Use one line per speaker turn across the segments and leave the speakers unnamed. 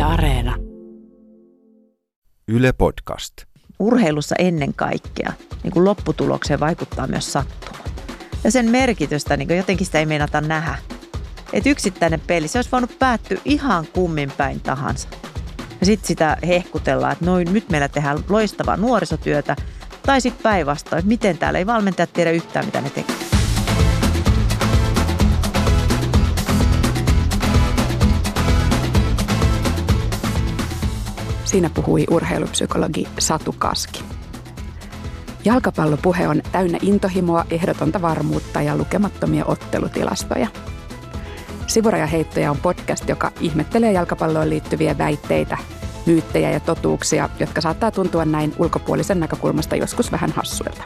Areena.
Yle Podcast.
Urheilussa ennen kaikkea niin kuin lopputulokseen vaikuttaa myös sattuma. Ja sen merkitystä niin kuin jotenkin sitä ei meinata nähdä. Että yksittäinen peli, se olisi voinut päättyä ihan kummin päin tahansa. Ja sitten sitä hehkutellaan, että nyt meillä tehdään loistavaa nuorisotyötä. Tai sitten päinvastoin, että miten täällä ei valmentajat tiedä yhtään, mitä ne tekee.
Siinä puhui urheilupsykologi Satu Kaski. Jalkapallopuhe on täynnä intohimoa, ehdotonta varmuutta ja lukemattomia ottelutilastoja. Sivurajaheittoja on podcast, joka ihmettelee jalkapalloon liittyviä väitteitä, myyttejä ja totuuksia, jotka saattaa tuntua näin ulkopuolisen näkökulmasta joskus vähän hassuilta.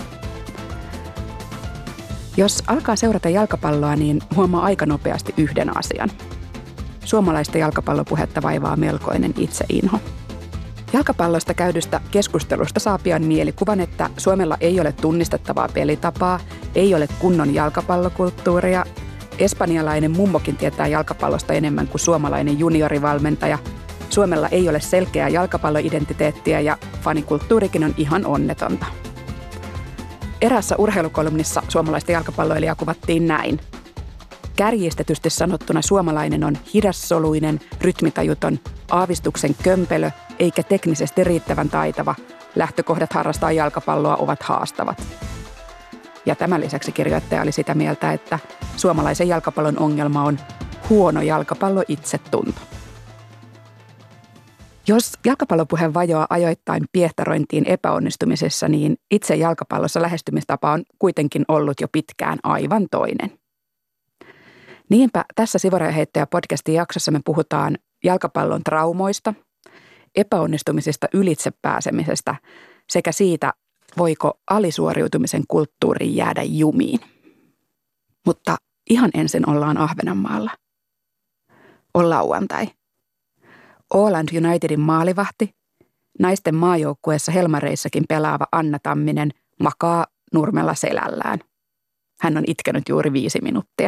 Jos alkaa seurata jalkapalloa, niin huomaa aika nopeasti yhden asian. Suomalaista jalkapallopuhetta vaivaa melkoinen itseinho. Jalkapallosta käydystä keskustelusta saa pian mielikuvan, että Suomella ei ole tunnistettavaa pelitapaa, ei ole kunnon jalkapallokulttuuria, espanjalainen mummokin tietää jalkapallosta enemmän kuin suomalainen juniorivalmentaja, Suomella ei ole selkeää jalkapalloidentiteettiä ja fanikulttuurikin on ihan onnetonta. Eräässä urheilukolumnissa suomalaista jalkapalloilijaa kuvattiin näin. Kärjistetysti sanottuna suomalainen on hidassoluinen, rytmitajuton, aavistuksen kömpelö eikä teknisesti riittävän taitava. Lähtökohdat harrastaa jalkapalloa ovat haastavat. Ja tämän lisäksi kirjoittaja oli sitä mieltä, että suomalaisen jalkapallon ongelma on huono jalkapallo-itsetunto. Jos jalkapallopuhe vajoaa ajoittain piehtarointiin epäonnistumisessa, niin itse jalkapallossa lähestymistapa on kuitenkin ollut jo pitkään aivan toinen. Niinpä tässä Sivurajaheittoja-podcastin jaksossa me puhutaan jalkapallon traumoista, epäonnistumisista ylitse pääsemisestä sekä siitä, voiko alisuoriutumisen kulttuuriin jäädä jumiin. Mutta ihan ensin ollaan Ahvenanmaalla. On lauantai. Åland Unitedin maalivahti, naisten maajoukkueessa Helmareissakin pelaava Anna Tamminen makaa nurmella selällään. Hän on itkenyt juuri 5 minuuttia.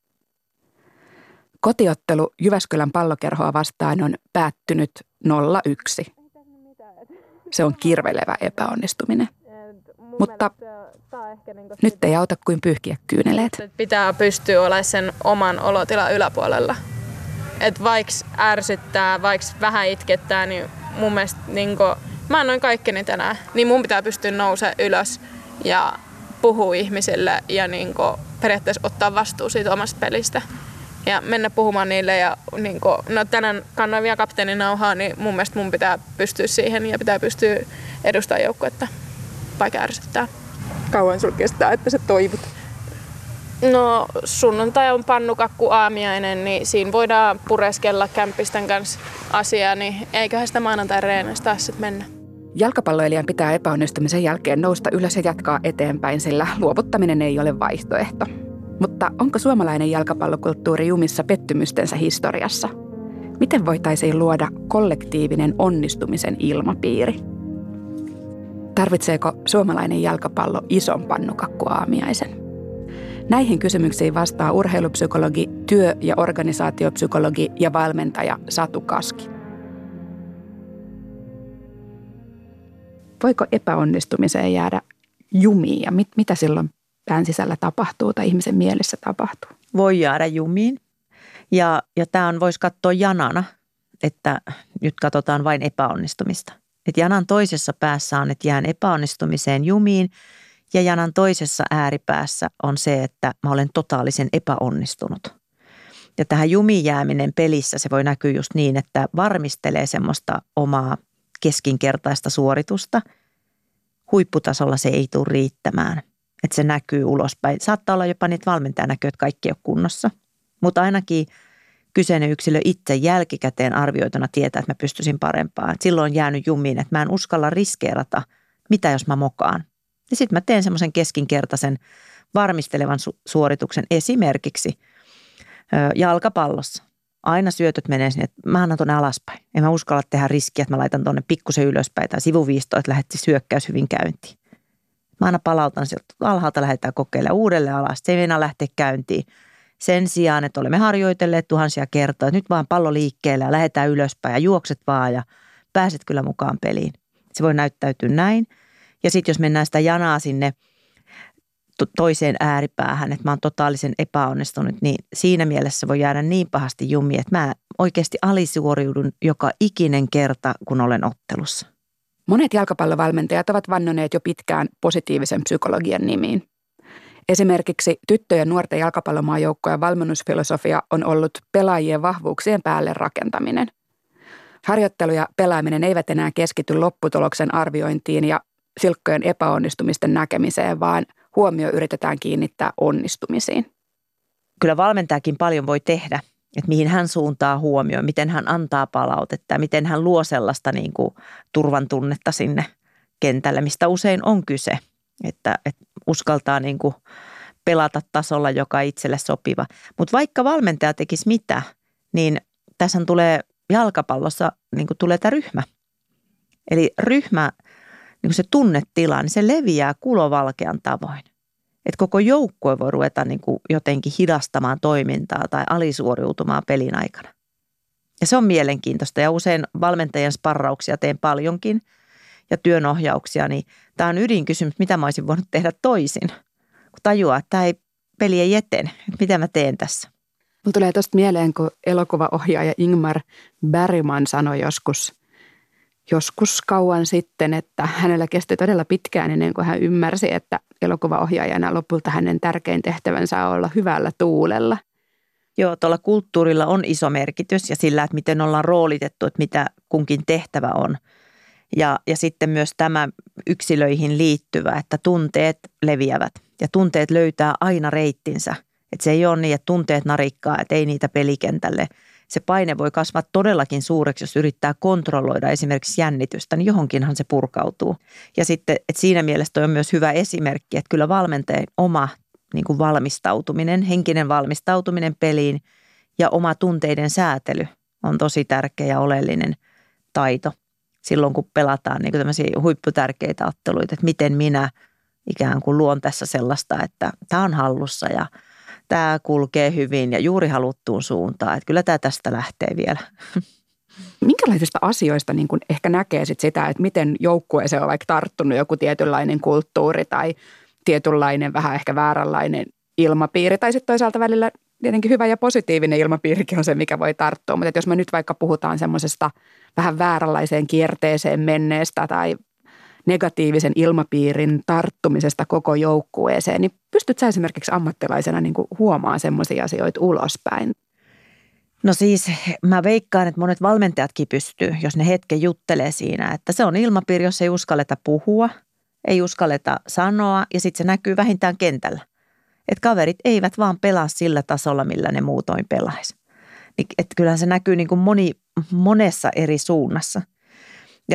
Kotiottelu Jyväskylän Pallokerhoa vastaan on päättynyt 0-1. Se on kirvelevä epäonnistuminen. Mutta nyt ei auta kuin pyyhkiä kyyneleet.
Pitää pystyä olemaan sen oman olotilan yläpuolella. Että vaikka ärsyttää, vaikka vähän itkettää, niin mun mielestä mä annoin kaikkeni tänään. Niin mun pitää pystyä nousemaan ylös ja puhua ihmisille ja periaatteessa ottaa vastuu siitä omasta pelistä. Ja mennä puhumaan niille ja tänään kannoin vielä kapteeninauhaa, niin mun mielestä mun pitää pystyä siihen ja pitää pystyä edustamaan joukkuetta, vaikka ärsyttää.
Kauan sulla kestää, että sä toivot?
No sunnuntai on pannukakku aamiainen, niin siinä voidaan pureskella kämppisten kanssa asiaa, niin eiköhän sitä maanantai-reenistä taas sitten mennä.
Jalkapalloilijan pitää epäonnistumisen jälkeen nousta ylös ja jatkaa eteenpäin, sillä luovuttaminen ei ole vaihtoehto. Mutta onko suomalainen jalkapallokulttuuri jumissa pettymystensä historiassa? Miten voitaisiin luoda kollektiivinen onnistumisen ilmapiiri? Tarvitseeko suomalainen jalkapallo ison pannukakkuaamiaisen? Näihin kysymyksiin vastaa urheilupsykologi, työ- ja organisaatiopsykologi ja valmentaja Satu Kaski. Voiko epäonnistumiseen jäädä jumiin ja mitä silloin pään sisällä tapahtuu tai ihmisen mielessä tapahtuu?
Voi jäädä jumiin. Ja tämä voisi katsoa janana, että nyt katsotaan vain epäonnistumista. Että janan toisessa päässä on, että jään epäonnistumiseen jumiin ja janan toisessa ääripäässä on se, että mä olen totaalisen epäonnistunut. Ja tähän jumiin jääminen pelissä se voi näkyä just niin, että varmistelee semmoista omaa keskinkertaista suoritusta. Huipputasolla se ei tule riittämään. Että se näkyy ulospäin. Saattaa olla jopa niitä valmentajan näkyy, että kaikki ei ole kunnossa. Mutta ainakin kyseinen yksilö itse jälkikäteen arvioituna tietää, että mä pystyisin parempaan. Silloin on jäänyt jumiin, että mä en uskalla riskeerata, mitä jos mä mokaan. Ja sitten mä teen semmoisen keskinkertaisen varmistelevan suorituksen esimerkiksi jalkapallossa. Aina syötöt menee sinne, että mä annan tuonne alaspäin. En mä uskalla tehdä riskiä, että mä laitan tuonne pikkusen ylöspäin tai sivuviistoon, että lähtisi hyökkäys hyvin käyntiin. Mä aina palautan sieltä alhaalta, lähdetään kokeilemaan uudelleen alas. Se ei meinaa lähteä käyntiin. Sen sijaan, että olemme harjoitelleet tuhansia kertoja, että nyt vaan pallo liikkeelle ja lähdetään ylöspäin ja juokset vaan ja pääset kyllä mukaan peliin. Se voi näyttäytyä näin. Ja sitten jos mennään sitä janaa sinne toiseen ääripäähän, että mä oon totaalisen epäonnistunut, niin siinä mielessä voi jäädä niin pahasti jumiin, että mä oikeasti alisuoriudun joka ikinen kerta, kun olen ottelussa.
Monet jalkapallovalmentajat ovat vannoneet jo pitkään positiivisen psykologian nimiin. Esimerkiksi tyttö- ja nuorten jalkapallomaajoukkojen valmennusfilosofia on ollut pelaajien vahvuuksien päälle rakentaminen. Harjoittelu ja pelaaminen eivät enää keskity lopputuloksen arviointiin ja silkkojen epäonnistumisten näkemiseen, vaan huomio yritetään kiinnittää onnistumisiin.
Kyllä valmentajakin paljon voi tehdä, että mihin hän suuntaa huomioon, miten hän antaa palautetta ja miten hän luo sellaista niin kuin turvan tunnetta sinne kentälle, mistä usein on kyse, että uskaltaa niin kuin pelata tasolla, joka on itselle sopiva. Mutta vaikka valmentaja tekisi mitä, niin tässä tulee jalkapallossa niin kuin tulee tämä ryhmä. Eli ryhmä, niin kuin se tunnetila, niin se leviää kulovalkean tavoin. Että koko joukkue voi ruveta niin kuin jotenkin hidastamaan toimintaa tai alisuoriutumaan pelin aikana. Ja se on mielenkiintoista ja usein valmentajien sparrauksia teen paljonkin ja työnohjauksia, niin tämä on ydinkysymys, mitä mä olisin voinut tehdä toisin. Kun tajuaa, että tämä peli ei etene, että mitä mä teen tässä.
Mulla tulee tuosta mieleen, kun elokuvaohjaaja Ingmar Bergman sanoi joskus kauan sitten, että hänellä kesti todella pitkään ennen kuin hän ymmärsi, että elokuvaohjaajana lopulta hänen tärkein tehtävänsä on olla hyvällä tuulella.
Joo, tuolla kulttuurilla on iso merkitys ja sillä, että miten ollaan roolitettu, että mitä kunkin tehtävä on. Ja sitten myös tämä yksilöihin liittyvä, että tunteet leviävät ja tunteet löytää aina reittinsä. Että se ei ole niin, että tunteet narikkaa, että ei niitä pelikentälle. Se paine voi kasvaa todellakin suureksi, jos yrittää kontrolloida esimerkiksi jännitystä, niin johonkinhan se purkautuu. Ja sitten, että siinä mielessä toi on myös hyvä esimerkki, että kyllä valmentajan oma niin kuin valmistautuminen, henkinen valmistautuminen peliin ja oma tunteiden säätely on tosi tärkeä ja oleellinen taito silloin, kun pelataan niin kuin tämmöisiä huipputärkeitä otteluita, että miten minä ikään kuin luon tässä sellaista, että tämä on hallussa ja tämä kulkee hyvin ja juuri haluttuun suuntaan. Että kyllä tämä tästä lähtee vielä.
Minkälaisista asioista niin kun ehkä näkee sitä, että miten joukkueeseen on vaikka tarttunut joku tietynlainen kulttuuri tai tietynlainen vähän ehkä vääränlainen ilmapiiri. Tai sitten toisaalta välillä tietenkin hyvä ja positiivinen ilmapiirikin on se, mikä voi tarttua. Mutta jos me nyt vaikka puhutaan semmoisesta vähän vääränlaiseen kierteeseen menneestä tai negatiivisen ilmapiirin tarttumisesta koko joukkueeseen, niin pystyt sä esimerkiksi ammattilaisena niin kuin huomaamaan semmoisia asioita ulospäin?
No siis mä veikkaan, että monet valmentajatkin pystyy, jos ne hetken juttelee siinä, että se on ilmapiiri, jos ei uskalleta puhua, ei uskalleta sanoa ja sitten se näkyy vähintään kentällä. Että kaverit eivät vaan pelaa sillä tasolla, millä ne muutoin pelaisi. Että kyllähän se näkyy niin kuin monessa eri suunnassa. Ja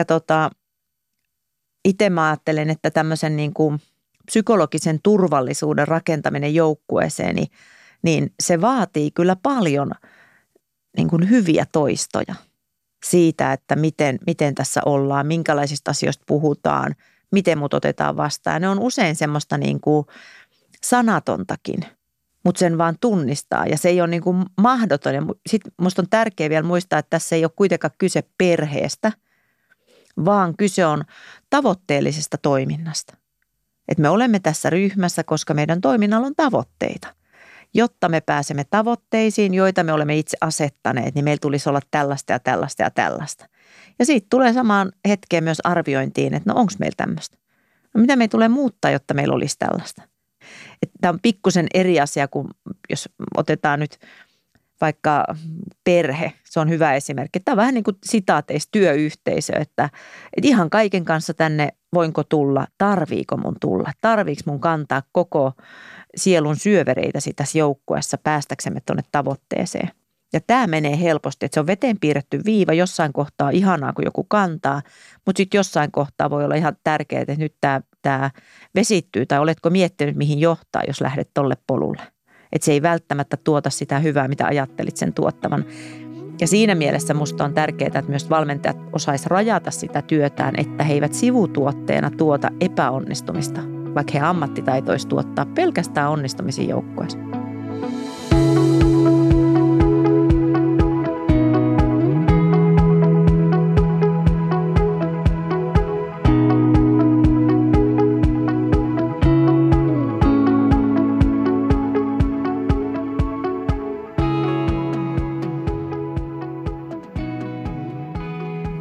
itse mä ajattelen, että tämmöisen niin kuin psykologisen turvallisuuden rakentaminen joukkueeseen, niin se vaatii kyllä paljon niin kuin hyviä toistoja siitä, että miten tässä ollaan, minkälaisista asioista puhutaan, miten mut otetaan vastaan. Ne on usein semmoista niin kuin sanatontakin, mutta sen vaan tunnistaa ja se ei ole niin kuin mahdoton. Ja sitten musta on tärkeää vielä muistaa, että tässä ei ole kuitenkaan kyse perheestä, vaan kyse on tavoitteellisesta toiminnasta. Että me olemme tässä ryhmässä, koska meidän toiminnalla on tavoitteita. Jotta me pääsemme tavoitteisiin, joita me olemme itse asettaneet, niin meillä tulisi olla tällaista ja tällaista ja tällaista. Ja siitä tulee samaan hetkeen myös arviointiin, että no onko meillä tämmöistä? No mitä meidän tulee muuttaa, jotta meillä olisi tällaista? Tämä on pikkusen eri asia kuin jos otetaan nyt vaikka perhe, se on hyvä esimerkki. Tämä on vähän niin kuin sitaateissa työyhteisö, että ihan kaiken kanssa tänne voinko tulla, tarviiko mun tulla, tarviiko mun kantaa koko sielun syövereitä tässä joukkueessa päästäksemme tuonne tavoitteeseen. Ja tämä menee helposti, että se on veteen piirretty viiva, jossain kohtaa ihanaa, kun joku kantaa, mutta sitten jossain kohtaa voi olla ihan tärkeää, että nyt tämä vesittyy tai oletko miettinyt, mihin johtaa, jos lähdet tolle polulle. Että se ei välttämättä tuota sitä hyvää, mitä ajattelit sen tuottavan. Ja siinä mielessä musta on tärkeää, että myös valmentajat osaisi rajata sitä työtään, että he eivät sivutuotteena tuota epäonnistumista, vaikka he ammattitaitoisi tuottaa pelkästään onnistumisia joukkueessa.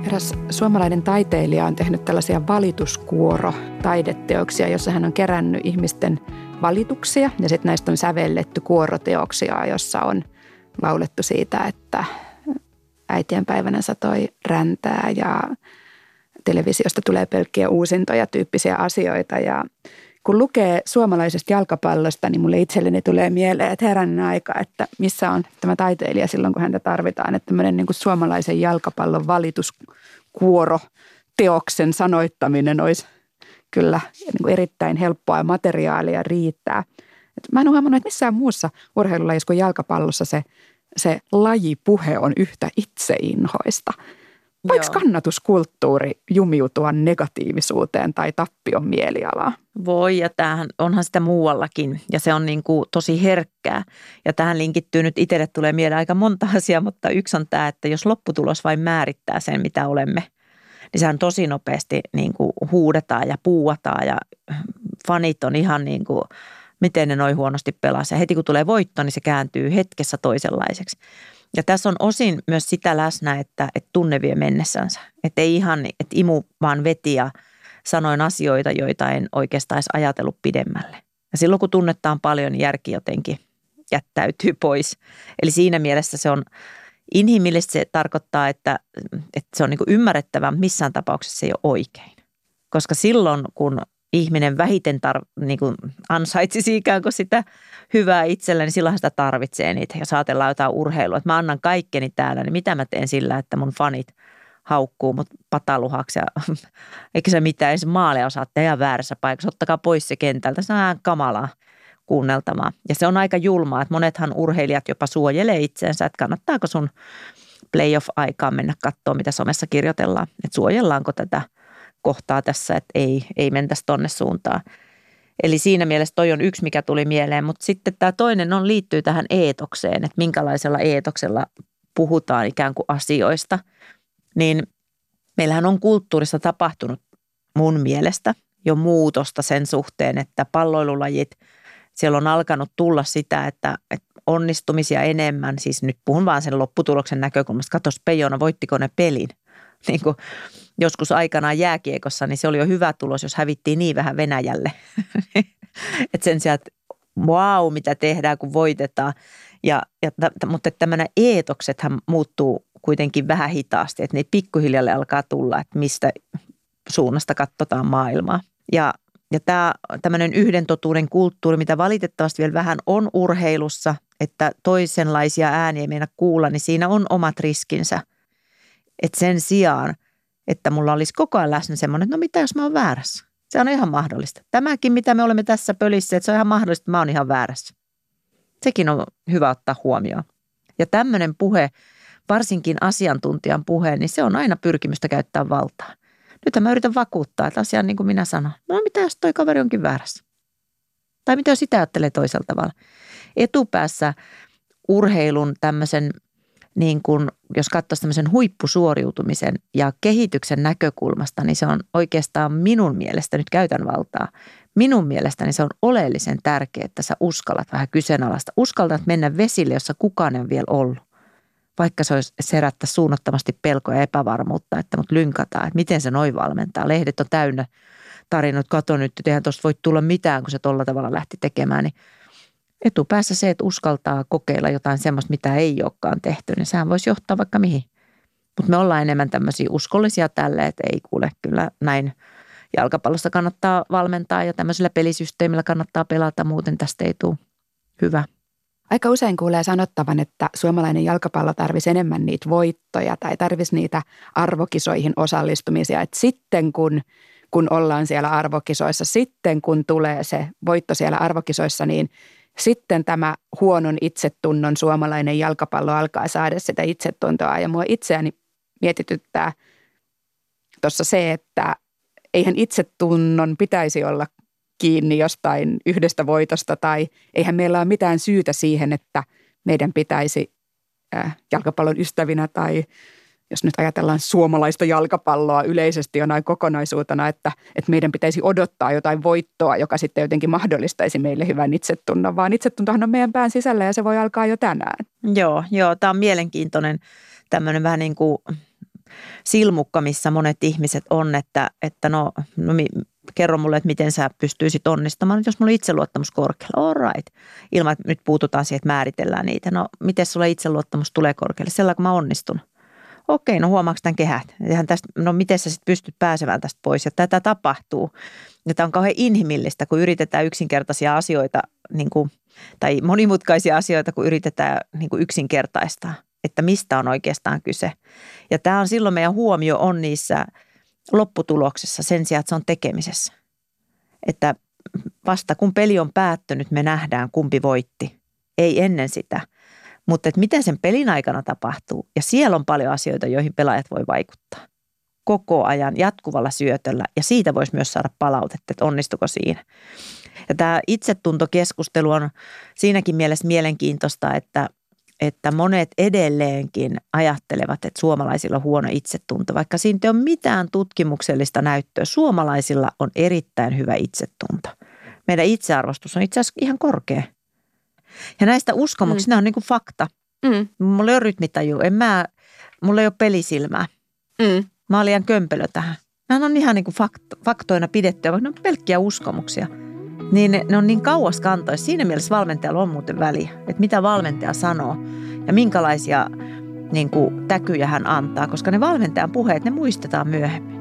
Eräs suomalainen taiteilija on tehnyt tällaisia valituskuoro-taideteoksia, jossa hän on kerännyt ihmisten valituksia ja sitten näistä on sävelletty kuoroteoksia, jossa on laulettu siitä, että äitienpäivänä satoi räntää ja televisiosta tulee pelkkiä uusintoja tyyppisiä asioita. Ja kun lukee suomalaisesta jalkapallosta, niin mulle itselleni tulee mieleen, että herranen aika, että missä on tämä taiteilija silloin, kun häntä tarvitaan. Että tämmöinen niin kuin suomalaisen jalkapallon valituskuoro-teoksen sanoittaminen olisi kyllä niin kuin erittäin helppoa ja materiaalia riittää. Et mä en ole huomannut, että missään muussa urheilulajissa kuin jalkapallossa se lajipuhe on yhtä itseinhoista. Voiko kannatuskulttuuri jumiutua negatiivisuuteen tai tappion mielialaan?
Voi, ja tämähän onhan sitä muuallakin, ja se on niin kuin tosi herkkää. Ja tähän linkittyy nyt itselle tulee mieleen aika monta asiaa, mutta yksi on tämä, että jos lopputulos vain määrittää sen, mitä olemme, niin sehän tosi nopeasti niin kuin huudetaan ja puuataan, ja fanit on ihan niin kuin, miten ne noin huonosti pelaa. Ja heti kun tulee voitto, niin se kääntyy hetkessä toisenlaiseksi. Ja tässä on osin myös sitä läsnä, että tunne vie mennessänsä. Että ei ihan, että imu vaan veti ja sanoin asioita, joita en oikeastaan edes ajatellut pidemmälle. Ja silloin kun tunnettaan paljon, niin järki jotenkin jättäytyy pois. Eli siinä mielessä se on inhimillisesti, se tarkoittaa, että se on niin kuin ymmärrettävää, mutta missään tapauksessa se ei ole oikein. Koska silloin, kun ihminen vähiten niin kuin ansaitsisi ikään kuin sitä hyvää itsellä, niin silloin sitä tarvitsee niitä. Jos ajatellaan jotain urheilua, että mä annan kaikkeni täällä, niin mitä mä teen sillä, että mun fanit haukkuu mut pataluhaksi ja eikä se mitään, ei se maaleja osaa tehdä väärässä paikassa. Ottakaa pois se kentältä, se on ihan kamalaa kuunneltamaan. Ja se on aika julmaa, että monethan urheilijat jopa suojelee itseensä, että kannattaako sun playoff-aikaan mennä katsoa, mitä somessa kirjoitellaan. Että suojellaanko tätä kohtaa tässä, että ei mentäisi tonne suuntaan. Eli siinä mielessä toi on yksi, mikä tuli mieleen, mutta sitten tämä toinen liittyy tähän eetokseen, että minkälaisella eetoksella puhutaan ikään kuin asioista. Niin meillähän on kulttuurissa tapahtunut mun mielestä jo muutosta sen suhteen, että palloilulajit, siellä on alkanut tulla sitä, että onnistumisia enemmän, siis nyt puhun vaan sen lopputuloksen näkökulmasta, katos Peijona, voittiko ne pelin? Niin kuin joskus aikanaan jääkiekossa, niin se oli jo hyvä tulos, jos hävittiin niin vähän Venäjälle. Että sen sijaan, että vau, mitä tehdään, kun voitetaan. Mutta tämmöinen eetoksethan muuttuu kuitenkin vähän hitaasti, että ne pikkuhiljalle alkaa tulla, että mistä suunnasta katsotaan maailmaa. Ja tämä tämmöinen yhden totuuden kulttuuri, mitä valitettavasti vielä vähän on urheilussa, että toisenlaisia ääniä ei meinaa kuulla, niin siinä on omat riskinsä. Että sen sijaan, että mulla olisi koko ajan läsnä semmoinen, että no mitä jos mä oon väärässä? Se on ihan mahdollista. Tämäkin, mitä me olemme tässä pölissä, että se on ihan mahdollista, että mä oon ihan väärässä. Sekin on hyvä ottaa huomioon. Ja tämmöinen puhe, varsinkin asiantuntijan puhe, niin se on aina pyrkimystä käyttää valtaa. Nyt mä yritän vakuuttaa, että asiaan niin kuin minä sanon, no mitä jos toi kaveri onkin väärässä? Tai mitä jos sitä ajattelee toisella tavalla? Etupäässä urheilun tämmöisen, niin kuin, jos katsoisi tämmöisen huippusuoriutumisen ja kehityksen näkökulmasta, niin se on oikeastaan minun mielestä, nyt käytän valtaa, minun mielestäni se on oleellisen tärkeää, että sä uskallat vähän kyseenalaista. Uskaltat mennä vesille, jossa kukaan ei ole vielä ollut. Vaikka se olisi herättää suunnattomasti pelkoa ja epävarmuutta, että mut lynkataan, että miten se noin valmentaa. Lehdet on täynnä tarinoita, kato nyt, että eihän tuosta voi tulla mitään, kun se tolla tavalla lähti tekemään, niin etupäässä se, että uskaltaa kokeilla jotain semmoista, mitä ei olekaan tehty, niin sehän voisi johtaa vaikka mihin. Mutta me ollaan enemmän tämmöisiä uskollisia tälle, että ei kuule kyllä näin. Jalkapallossa kannattaa valmentaa ja tämmöisellä pelisysteemillä kannattaa pelata, muuten tästä ei tule hyvä.
Aika usein kuulee sanottavan, että suomalainen jalkapallo tarvisi enemmän niitä voittoja tai tarvisi niitä arvokisoihin osallistumisia. Että sitten kun ollaan siellä arvokisoissa, sitten kun tulee se voitto siellä arvokisoissa, niin sitten tämä huonon itsetunnon suomalainen jalkapallo alkaa saada sitä itsetuntoa. Ja mua itseäni mietityttää tuossa se, että eihän itsetunnon pitäisi olla kiinni jostain yhdestä voitosta tai eihän meillä ole mitään syytä siihen, että meidän pitäisi jalkapallon ystävinä tai jos nyt ajatellaan suomalaista jalkapalloa yleisesti jonain kokonaisuutena, että meidän pitäisi odottaa jotain voittoa, joka sitten jotenkin mahdollistaisi meille hyvän itsetunnon, vaan itsetuntohan on meidän pään sisällä ja se voi alkaa jo tänään.
Joo, tämä on mielenkiintoinen tämmöinen vähän niin kuin silmukka, missä monet ihmiset on, että kerro mulle, että miten sä pystyisit onnistumaan, jos mulla on itseluottamus korkealla. All right. Ilman, että nyt puututaan siihen, että määritellään niitä. No, miten sulla itseluottamus tulee korkealle? Sellainen, kun mä onnistun. Okei, no huomaako tämän kehät? No miten sä sitten pystyt pääsemään tästä pois? Ja tätä tapahtuu. Ja tämä on kauhean inhimillistä, kun yritetään yksinkertaisia asioita, tai monimutkaisia asioita, kun yritetään yksinkertaistaa, että mistä on oikeastaan kyse. Ja tämä on silloin meidän huomio on niissä lopputuloksessa sen sijaan, että se on tekemisessä. Että vasta kun peli on päättynyt, me nähdään kumpi voitti. Ei ennen sitä. Mutta että miten sen pelin aikana tapahtuu. Ja siellä on paljon asioita, joihin pelaajat voi vaikuttaa. Koko ajan jatkuvalla syötöllä. Ja siitä voisi myös saada palautetta, että onnistuko siinä. Ja tämä itsetuntokeskustelu on siinäkin mielessä mielenkiintoista, että monet edelleenkin ajattelevat, että suomalaisilla on huono itsetunto. Vaikka siinä ei ole mitään tutkimuksellista näyttöä. Suomalaisilla on erittäin hyvä itsetunto. Meidän itsearvostus on itse asiassa ihan korkea. Ja näistä uskomuksista, nämä on niin kuin fakta. Mulla ei ole rytmitaju, mulla ei ole pelisilmää. Mä olen liian kömpelö tähän. Nämä on ihan niin kuin faktoina pidettyä, vaikka ne on pelkkiä uskomuksia. Niin ne on niin kauaskantoisia. Siinä mielessä valmentajalla on muuten väliä, että mitä valmentaja sanoo ja minkälaisia niin kuin täkyjä hän antaa, koska ne valmentajan puheet, ne muistetaan myöhemmin.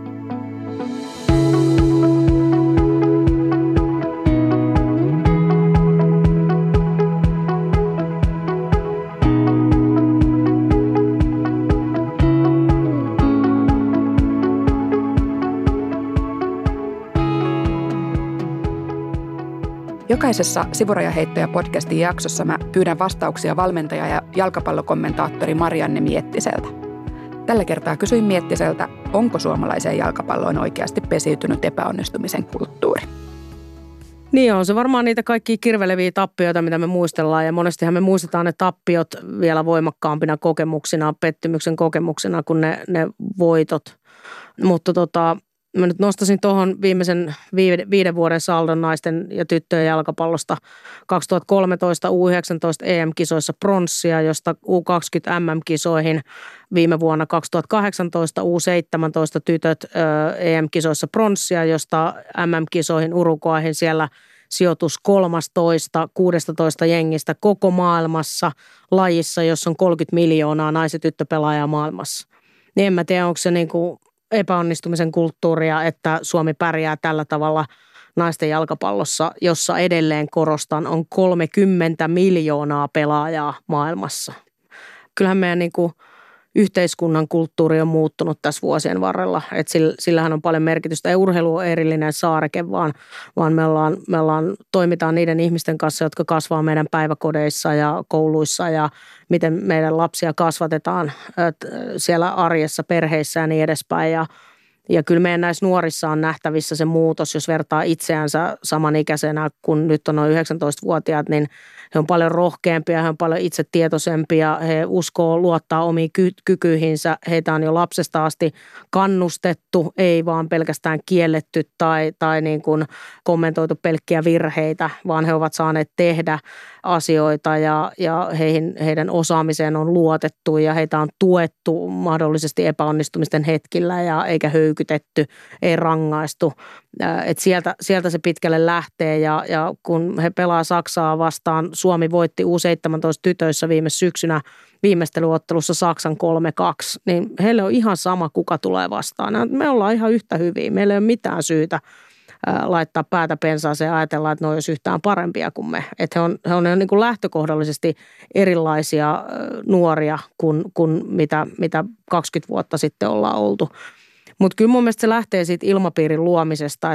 Jokaisessa Sivurajaheittoja podcastin jaksossa mä pyydän vastauksia valmentaja ja jalkapallokommentaattori Marianne Miettiseltä. Tällä kertaa kysyin Miettiseltä, onko suomalaiseen jalkapalloon oikeasti pesiytynyt epäonnistumisen kulttuuri.
Niin on se varmaan niitä kaikkia kirveleviä tappioita, mitä me muistellaan ja monestihan me muistetaan ne tappiot vielä voimakkaampina kokemuksina, pettymyksen kokemuksina kuin ne voitot. Mutta mä nyt nostasin tuohon viimeisen 5 vuoden saldon naisten ja tyttöjen jalkapallosta 2013 U19 EM-kisoissa pronssia, josta U20 MM-kisoihin viime vuonna 2018 U17 tytöt EM-kisoissa pronssia, josta MM-kisoihin Uruguayhin siellä sijoitus 13 16 jengistä koko maailmassa lajissa, jossa on 30 miljoonaa nais- ja tyttöpelaajaa maailmassa. Niin en mä tiedä, onko se niinku epäonnistumisen kulttuuria, että Suomi pärjää tällä tavalla naisten jalkapallossa, jossa edelleen korostan on 30 miljoonaa pelaajaa maailmassa. Kyllähän meidän yhteiskunnan kulttuuri on muuttunut tässä vuosien varrella, että sillähän on paljon merkitystä. Ei urheilu ole erillinen saareke, vaan me toimitaan niiden ihmisten kanssa, jotka kasvaa meidän päiväkodeissa ja kouluissa ja miten meidän lapsia kasvatetaan siellä arjessa, perheissä ja niin edespäin. Ja kyllä meidän näissä nuorissa on nähtävissä se muutos, jos vertaa itseänsä samanikäisenä, kun nyt on noin 19-vuotiaat, niin he on paljon rohkeampia, he on paljon itsetietoisempia, he uskoo luottaa omiin kykyihinsä, heitä on jo lapsesta asti kannustettu, ei vaan pelkästään kielletty tai niin kuin kommentoitu pelkkiä virheitä, vaan he ovat saaneet tehdä asioita ja heidän osaamiseen on luotettu ja heitä on tuettu mahdollisesti epäonnistumisten hetkillä ja eikä höykytetty, ei rangaistu. Et sieltä se pitkälle lähtee ja kun he pelaa Saksaa vastaan, Suomi voitti U17 tytöissä viime syksynä viimeistelyottelussa Saksan 3-2, niin heille on ihan sama, kuka tulee vastaan. Me ollaan ihan yhtä hyviä, meillä ei ole mitään syytä laittaa päätä pensaaseen ja ajatella, että ne olisi yhtään parempia kuin me. Että he on niin kuin lähtökohdallisesti erilaisia nuoria kuin mitä 20 vuotta sitten ollaan oltu. Mutta kyllä mun mielestä se lähtee siitä ilmapiirin luomisesta,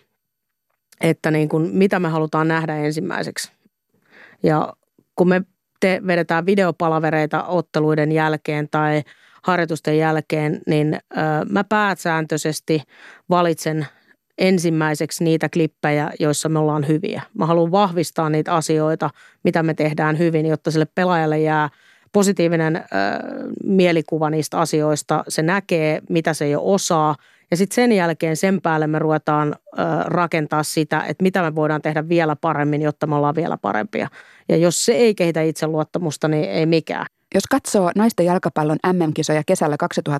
että niin kuin mitä me halutaan nähdä ensimmäiseksi. Ja kun me vedetään videopalavereita otteluiden jälkeen tai harjoitusten jälkeen, niin mä pääsääntöisesti valitsen ensimmäiseksi niitä klippejä, joissa me ollaan hyviä. Mä haluan vahvistaa niitä asioita, mitä me tehdään hyvin, jotta sille pelaajalle jää positiivinen mielikuva niistä asioista. Se näkee, mitä se jo osaa. Ja sitten sen jälkeen sen päälle me ruvetaan rakentaa sitä, että mitä me voidaan tehdä vielä paremmin, jotta me ollaan vielä parempia. Ja jos se ei kehitä itseluottamusta, niin ei mikään.
Jos katsoo naisten jalkapallon MM-kisoja kesällä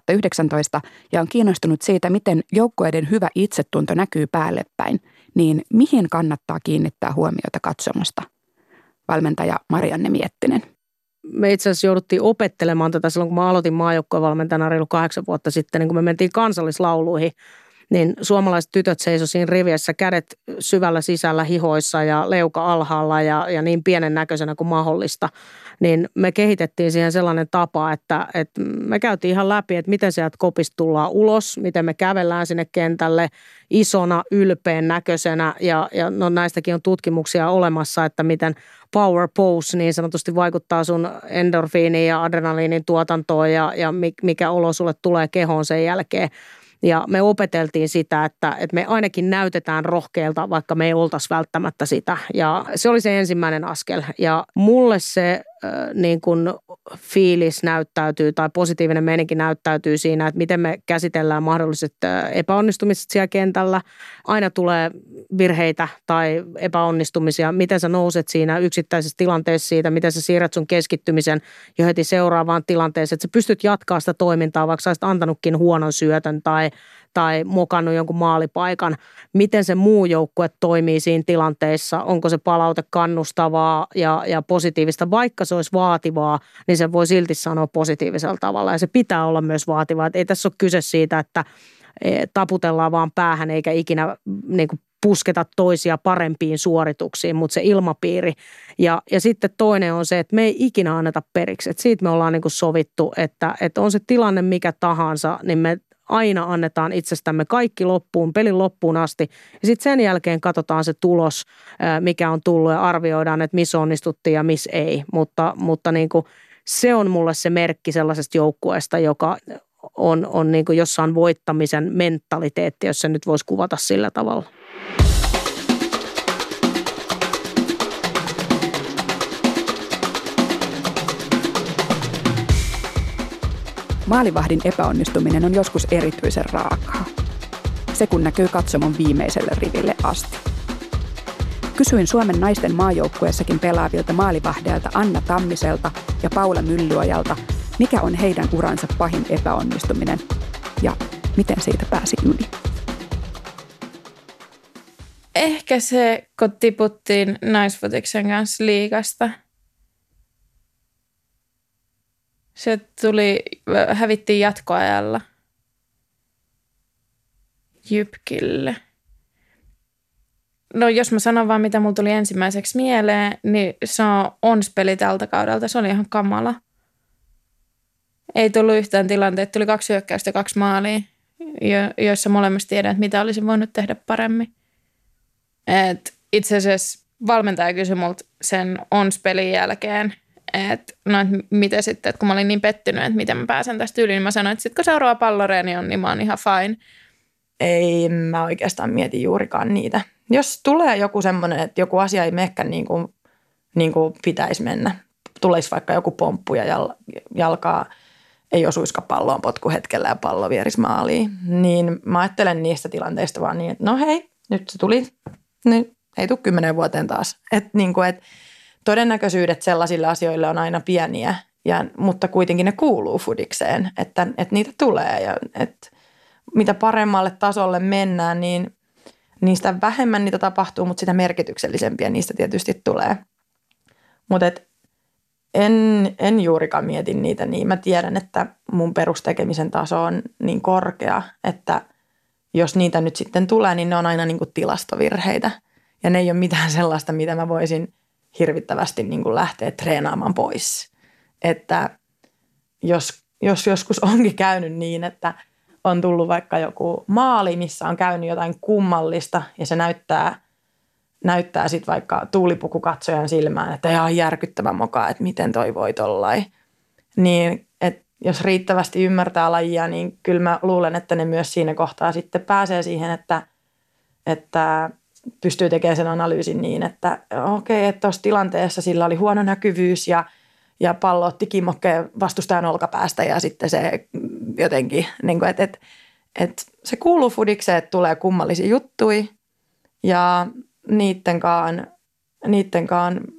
2019 ja on kiinnostunut siitä, miten joukkueiden hyvä itsetunto näkyy päälle päin, niin mihin kannattaa kiinnittää huomiota katsomosta? Valmentaja Marianne Miettinen.
Me itse asiassa jouduttiin opettelemaan tätä silloin, kun mä aloitin maajoukkuevalmentajana reilu 8 vuotta sitten, niin kun me mentiin kansallislauluihin, niin suomalaiset tytöt seisoi siinä riviessä kädet syvällä sisällä hihoissa ja leuka alhaalla ja niin pienen näköisenä kuin mahdollista. Niin me kehitettiin siihen sellainen tapa, että me käytiin ihan läpi, että miten sieltä kopista tullaan ulos, miten me kävellään sinne kentälle isona, ylpeän näköisenä ja no näistäkin on tutkimuksia olemassa, että miten power pose niin sanotusti vaikuttaa sun endorfiiniin ja adrenaliinin tuotantoon ja mikä olo sulle tulee kehoon sen jälkeen. Ja me opeteltiin sitä, että me ainakin näytetään rohkealta, vaikka me ei oltaisi välttämättä sitä. Ja se oli se ensimmäinen askel. Ja mulle se niin kuin fiilis näyttäytyy tai positiivinen meininki näyttäytyy siinä, että miten me käsitellään mahdolliset epäonnistumiset siellä kentällä. Aina tulee virheitä tai epäonnistumisia. Miten sä nouset siinä yksittäisessä tilanteessa siitä, miten sä siirrät sun keskittymisen jo heti seuraavaan tilanteeseen. Että sä pystyt jatkaa sitä toimintaa, vaikka sä olisit antanutkin huonon syötön tai mokannut jonkun maalipaikan. Miten se muu joukkue toimii siinä tilanteessa, onko se palaute kannustavaa ja positiivista. Vaikka se olisi vaativaa, niin se voi silti sanoa positiivisella tavalla ja se pitää olla myös vaativaa. Et ei tässä ole kyse siitä, että taputellaan vaan päähän eikä ikinä niin kuin pusketa toisia parempiin suorituksiin, mutta se ilmapiiri. Ja sitten toinen on se, että me ei ikinä anneta periksi. Et siitä me ollaan niin kuin sovittu, että on se tilanne mikä tahansa, niin me aina annetaan itsestämme kaikki loppuun, pelin loppuun asti. Ja sitten sen jälkeen katsotaan se tulos, mikä on tullut ja arvioidaan, että missä onnistuttiin ja missä ei. Mutta niin kuin se on mulle se merkki sellaisesta joukkueesta, joka on niin kuin jossain voittamisen mentaliteetti, jos se nyt voisi kuvata sillä tavalla.
Maalivahdin epäonnistuminen on joskus erityisen raakaa. Se kun näkyy katsomon viimeiselle riville asti. Kysyin Suomen naisten maajoukkueessakin pelaavilta maalivahdeilta Anna Tammiselta ja Paula Myllyojalta, mikä on heidän uransa pahin epäonnistuminen ja miten siitä pääsi yli.
Ehkä se, kun tiputtiin naisfutiksen kanssa liigasta. Se hävittiin jatkoajalla Jypkille. No jos mä sanon vaan, mitä mulla tuli ensimmäiseksi mieleen, niin se on ONS-peli tältä kaudelta. Se oli ihan kamala. Ei tullut yhtään tilanteita. Tuli 2 hyökkäystä ja 2 maalia, joissa molemmista tiedän, että mitä olisin voinut tehdä paremmin. Itse asiassa valmentaja kysyi multa sen ONS-pelin jälkeen, että miten sitten, että kun mä olin niin pettynyt, että miten mä pääsen tästä yli, niin mä sanoin, että sitten kun seuraava palloreeni on, niin mä oon ihan fine.
Ei mä oikeastaan mieti juurikaan niitä. Jos tulee joku semmoinen, että joku asia ei menekään niin kuin pitäisi mennä, tulisi vaikka joku pomppu ja jalkaa ei osuiskaan palloon potkuhetkellä ja pallo vierisi maaliin, niin mä ajattelen niistä tilanteista vaan niin, että no hei, nyt se tuli, niin ei tule 10 vuoteen taas. Että todennäköisyydet sellaisille asioille on aina pieniä, mutta kuitenkin ne kuuluu fudikseen, että niitä tulee. Ja että mitä paremmalle tasolle mennään, niin sitä vähemmän niitä tapahtuu, mutta sitä merkityksellisempiä niistä tietysti tulee. Mutta en juurikaan mieti niitä niin. Mä tiedän, että mun perustekemisen taso on niin korkea, että jos niitä nyt sitten tulee, niin ne on aina niin kuin tilastovirheitä. Ja ne ei ole mitään sellaista, mitä mä voisin hirvittävästi niin kuin lähteä treenaamaan pois. Että jos joskus onkin käynyt niin, että on tullut vaikka joku maali, missä on käynyt jotain kummallista ja se näyttää sitten vaikka tuulipukukatsojan silmään, että ihan järkyttävän mokaa, että miten toi voi tollain. Niin, että jos riittävästi ymmärtää lajia, niin kyllä mä luulen, että ne myös siinä kohtaa sitten pääsee siihen, että pystyy tekemään sen analyysin niin, että okei, että tuossa tilanteessa sillä oli huono näkyvyys ja pallo otti kimmokkeen vastustajan olkapäästä ja sitten se jotenkin, niin kuin, että se kuuluu fudikseen, että tulee kummallisia juttuja ja niittenkaan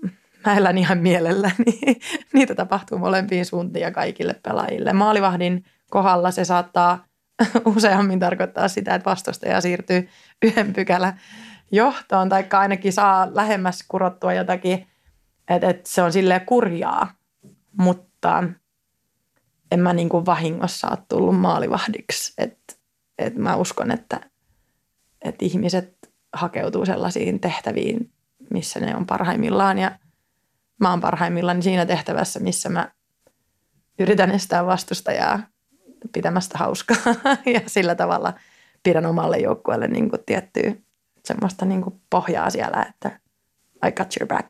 mä elän ihan mielelläni. Niitä tapahtuu molempiin suuntiin ja kaikille pelaajille. Maalivahdin kohdalla se saattaa useammin tarkoittaa sitä, että vastustaja siirtyy 1 pykälän johtoon, tai ainakin saa lähemmäs kurottua jotakin, että se on silleen kurjaa, mutta en mä niin kuin vahingossa ole tullut maalivahdiksi. Että mä uskon, että ihmiset hakeutuu sellaisiin tehtäviin, missä ne on parhaimmillaan, ja mä oon parhaimmillaan siinä tehtävässä, missä mä yritän estää vastustajaa pitämästä hauskaa ja sillä tavalla pidän omalle joukkueelle niin kuin tiettyä semmoista niin kuin pohjaa siellä, että I got your back.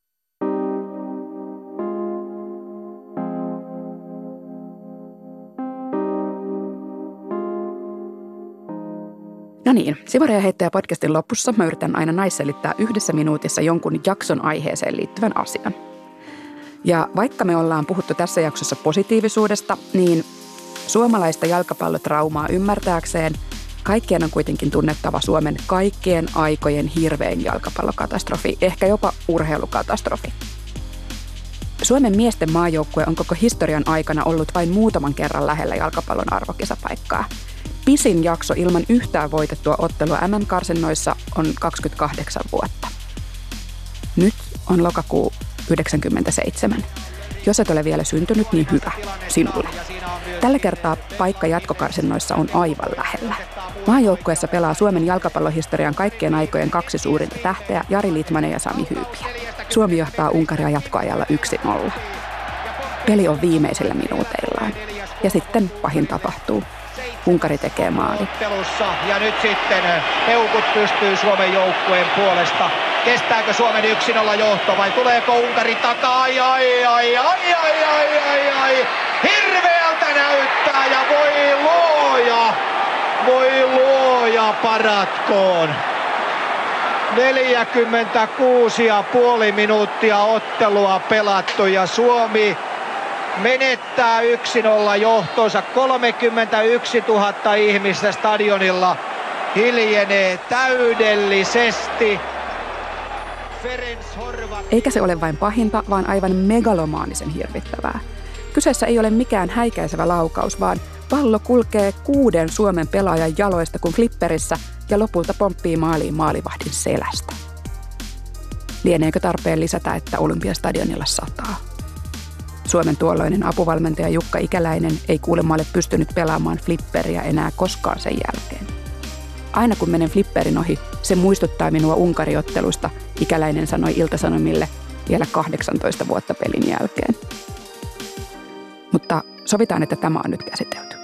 No niin, Sivori ja heittäjä podcastin lopussa mä yritän aina naisselittää 1 minuutissa jonkun jakson aiheeseen liittyvän asian. Ja vaikka me ollaan puhuttu tässä jaksossa positiivisuudesta, niin suomalaista jalkapallotraumaa ymmärtääkseen kaikkien on kuitenkin tunnettava Suomen kaikkien aikojen hirvein jalkapallokatastrofi, ehkä jopa urheilukatastrofi. Suomen miesten maajoukkue on koko historian aikana ollut vain muutaman kerran lähellä jalkapallon arvokisapaikkaa. Pisin jakso ilman yhtään voitettua ottelua MM-karsinnoissa on 28 vuotta. Nyt on lokakuu 1997. Jos et ole vielä syntynyt, niin hyvä sinulle. Tällä kertaa paikka jatkokarsinnoissa on aivan lähellä. Maajoukkueessa pelaa Suomen jalkapallohistorian kaikkien aikojen 2 suurinta tähteä, Jari Litmanen ja Sami Hyypiä. Suomi johtaa Unkaria jatkoajalla 1-0. Peli on viimeisillä minuuteillaan. Ja sitten pahin tapahtuu. Unkari tekee maali.
Ja nyt sitten peukut pystyy Suomen joukkueen puolesta. Kestääkö Suomen 1-0 johto vai tuleeko Unkari takaa? Ai. Hirveältä näyttää ja voi luoja paratkoon. 46,5 minuuttia ottelua pelattu ja Suomi menettää 1-0 johtonsa. 31 000 ihmistä stadionilla hiljenee täydellisesti.
Eikä se ole vain pahinta, vaan aivan megalomaanisen hirvittävää. Kyseessä ei ole mikään häikäisevä laukaus, vaan pallo kulkee 6 Suomen pelaajan jaloista kuin flipperissä ja lopulta pomppii maaliin maalivahdin selästä. Lieneekö tarpeen lisätä, että Olympiastadionilla sataa? Suomen tuolloinen apuvalmentaja Jukka Ikäläinen ei kuulemma ole pystynyt pelaamaan flipperiä enää koskaan sen jälkeen. Aina kun menen flipperin ohi, se muistuttaa minua Unkariottelusta, Ikäläinen sanoi Ilta-Sanomille vielä 18 vuotta pelin jälkeen. Mutta sovitaan, että tämä on nyt käsitelty.